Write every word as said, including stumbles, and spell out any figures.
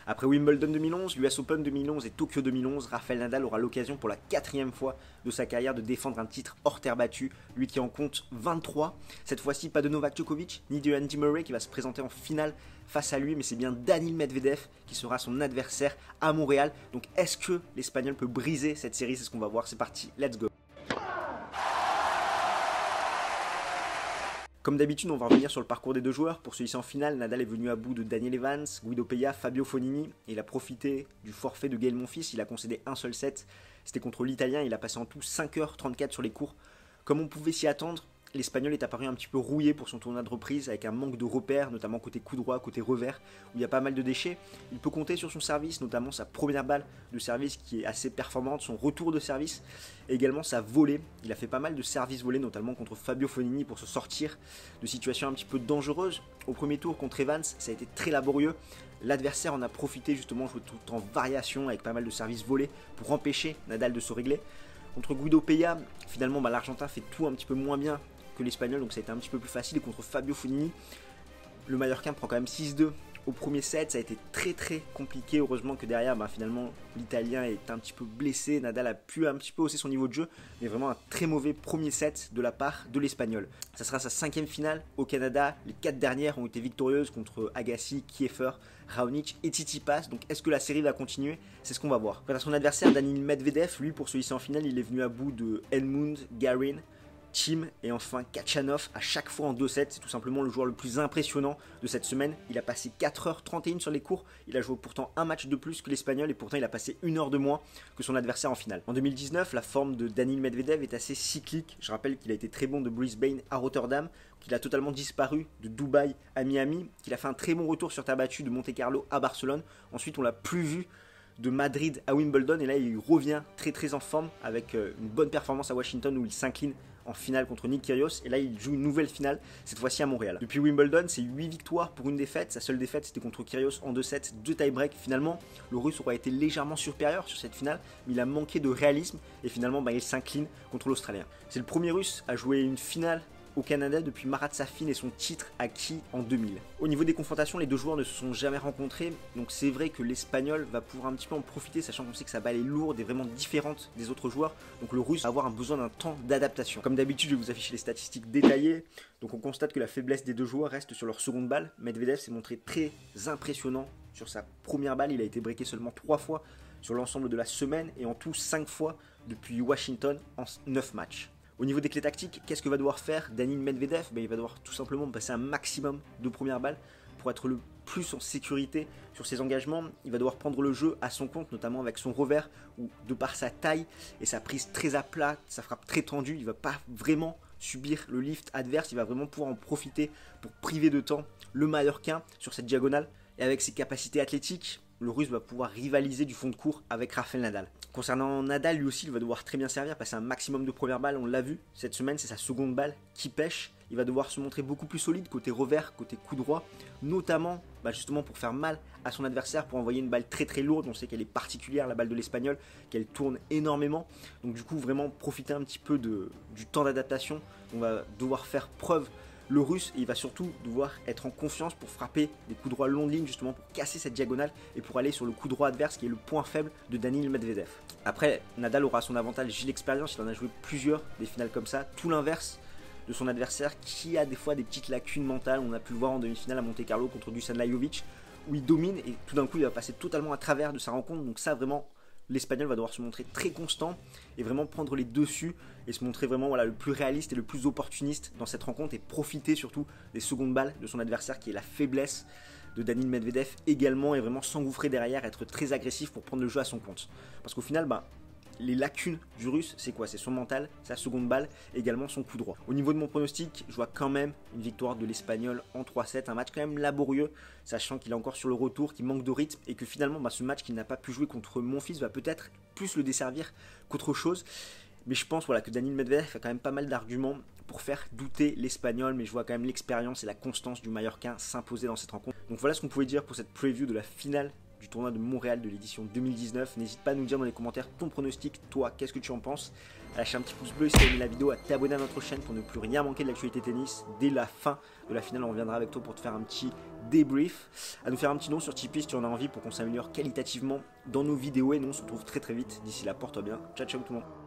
Après Wimbledon deux mille onze, l'U S Open deux mille onze et Tokyo deux mille onze, Rafael Nadal aura l'occasion pour la quatrième fois de sa carrière de défendre un titre hors terre battue, lui qui en compte vingt-trois. Cette fois-ci, pas de Novak Djokovic ni de Andy Murray qui va se présenter en finale face à lui, mais c'est bien Daniil Medvedev qui sera son adversaire à Montréal. Donc est-ce que l'Espagnol peut briser cette série? C'est ce qu'on va voir, c'est parti, let's go. Comme d'habitude, on va revenir sur le parcours des deux joueurs. Pour celui-ci en finale, Nadal est venu à bout de Daniel Evans, Guido Pella, Fabio Fognini. Et il a profité du forfait de Gaël Monfils. Il a concédé un seul set. C'était contre l'Italien. Il a passé en tout cinq heures trente-quatre sur les cours. Comme on pouvait s'y attendre, l'Espagnol est apparu un petit peu rouillé pour son tournoi de reprise, avec un manque de repères, notamment côté coup droit, côté revers, où il y a pas mal de déchets. Il peut compter sur son service, notamment sa première balle de service qui est assez performante, son retour de service, et également sa volée. Il a fait pas mal de services volés, notamment contre Fabio Fognini, pour se sortir de situations un petit peu dangereuses. Au premier tour contre Evans, ça a été très laborieux. L'adversaire en a profité, justement, joué tout en variation, avec pas mal de services volés, pour empêcher Nadal de se régler. Contre Guido Pella, finalement, bah, l'Argentin fait tout un petit peu moins bien que l'Espagnol, donc ça a été un petit peu plus facile. Et contre Fabio Fognini, le Mallorquin prend quand même six deux au premier set. Ça a été très très compliqué. Heureusement que derrière, bah, finalement, l'Italien est un petit peu blessé. Nadal a pu un petit peu hausser son niveau de jeu, mais vraiment un très mauvais premier set de la part de l'Espagnol. Ça sera sa cinquième finale au Canada. Les quatre dernières ont été victorieuses contre Agassi, Kiefer, Raonic et Tsitsipas. Donc est-ce que la série va continuer? C'est ce qu'on va voir. Quant à son adversaire, Daniil Medvedev, lui pour celui-ci en finale, il est venu à bout de Edmund, Garin, Thiem et enfin Khachanov à chaque fois en deux sets. C'est tout simplement le joueur le plus impressionnant de cette semaine. Il a passé quatre heures trente et une sur les cours. Il a joué pourtant un match de plus que l'Espagnol et pourtant il a passé une heure de moins que son adversaire en finale. En deux mille dix-neuf, la forme de Daniil Medvedev est assez cyclique. Je rappelle qu'il a été très bon de Brisbane à Rotterdam, qu'il a totalement disparu de Dubaï à Miami, qu'il a fait un très bon retour sur terre battue de Monte-Carlo à Barcelone. Ensuite, on l'a plus vu de Madrid à Wimbledon et là il revient très très en forme avec une bonne performance à Washington où il s'incline en finale contre Nick Kyrgios et là il joue une nouvelle finale, cette fois-ci à Montréal. Depuis Wimbledon, c'est huit victoires pour une défaite. Sa seule défaite c'était contre Kyrgios en deux sets, deux tie-break. Finalement, le Russe aurait été légèrement supérieur sur cette finale, mais il a manqué de réalisme et finalement bah, il s'incline contre l'Australien. C'est le premier Russe à jouer une finale au Canada depuis Marat Safin et son titre acquis en deux mille. Au niveau des confrontations, les deux joueurs ne se sont jamais rencontrés, donc c'est vrai que l'Espagnol va pouvoir un petit peu en profiter, sachant qu'on sait que sa balle est lourde et vraiment différente des autres joueurs, donc le Russe va avoir un besoin d'un temps d'adaptation. Comme d'habitude, je vais vous afficher les statistiques détaillées, donc on constate que la faiblesse des deux joueurs reste sur leur seconde balle. Medvedev s'est montré très impressionnant sur sa première balle, il a été breaké seulement trois fois sur l'ensemble de la semaine et en tout cinq fois depuis Washington en neuf matchs. Au niveau des clés tactiques, qu'est-ce que va devoir faire Daniil Medvedev? Ben, il va devoir tout simplement passer un maximum de premières balles pour être le plus en sécurité sur ses engagements. Il va devoir prendre le jeu à son compte, notamment avec son revers, où de par sa taille et sa prise très à plat, sa frappe très tendue, il ne va pas vraiment subir le lift adverse, il va vraiment pouvoir en profiter pour priver de temps le Mallorquin sur cette diagonale. Et avec ses capacités athlétiques, le Russe va pouvoir rivaliser du fond de cours avec Rafael Nadal. Concernant Nadal, lui aussi, il va devoir très bien servir, passer un maximum de premières balles, on l'a vu cette semaine, c'est sa seconde balle qui pêche. Il va devoir se montrer beaucoup plus solide côté revers, côté coup droit, notamment bah justement pour faire mal à son adversaire, pour envoyer une balle très très lourde. On sait qu'elle est particulière, la balle de l'Espagnol, qu'elle tourne énormément. Donc du coup, vraiment profiter un petit peu de, du temps d'adaptation. On va devoir faire preuve le Russe, il va surtout devoir être en confiance pour frapper des coups droits long de ligne, justement pour casser cette diagonale et pour aller sur le coup droit adverse qui est le point faible de Daniil Medvedev. Après, Nadal aura son avantage, j'ai l'expérience, il en a joué plusieurs des finales comme ça, tout l'inverse de son adversaire qui a des fois des petites lacunes mentales. On a pu le voir en demi-finale à Monte-Carlo contre Dusan Lajovic où il domine et tout d'un coup il va passer totalement à travers de sa rencontre. Donc ça vraiment, l'Espagnol va devoir se montrer très constant et vraiment prendre les dessus et se montrer vraiment voilà, le plus réaliste et le plus opportuniste dans cette rencontre et profiter surtout des secondes balles de son adversaire qui est la faiblesse de Daniil Medvedev également, et vraiment s'engouffrer derrière, être très agressif pour prendre le jeu à son compte. Parce qu'au final, bah, les lacunes du Russe, c'est quoi? C'est son mental, sa seconde balle, également son coup droit. Au niveau de mon pronostic, je vois quand même une victoire de l'Espagnol en trois sept, un match quand même laborieux, sachant qu'il est encore sur le retour, qu'il manque de rythme, et que finalement, bah, ce match qu'il n'a pas pu jouer contre Monfils va peut-être plus le desservir qu'autre chose. Mais je pense voilà, que Daniil Medvedev a quand même pas mal d'arguments pour faire douter l'Espagnol, mais je vois quand même l'expérience et la constance du Mallorquin s'imposer dans cette rencontre. Donc voilà ce qu'on pouvait dire pour cette preview de la finale du tournoi de Montréal de l'édition deux mille dix-neuf. N'hésite pas à nous dire dans les commentaires ton pronostic, toi, qu'est-ce que tu en penses. À lâcher un petit pouce bleu si tu as aimé la vidéo, à t'abonner à notre chaîne pour ne plus rien manquer de l'actualité tennis. Dès la fin de la finale, on reviendra avec toi pour te faire un petit débrief. À nous faire un petit nom sur Tipeee si tu en as envie pour qu'on s'améliore qualitativement dans nos vidéos. Et nous, on se retrouve très très vite. D'ici là, porte-toi bien. Ciao, ciao tout le monde.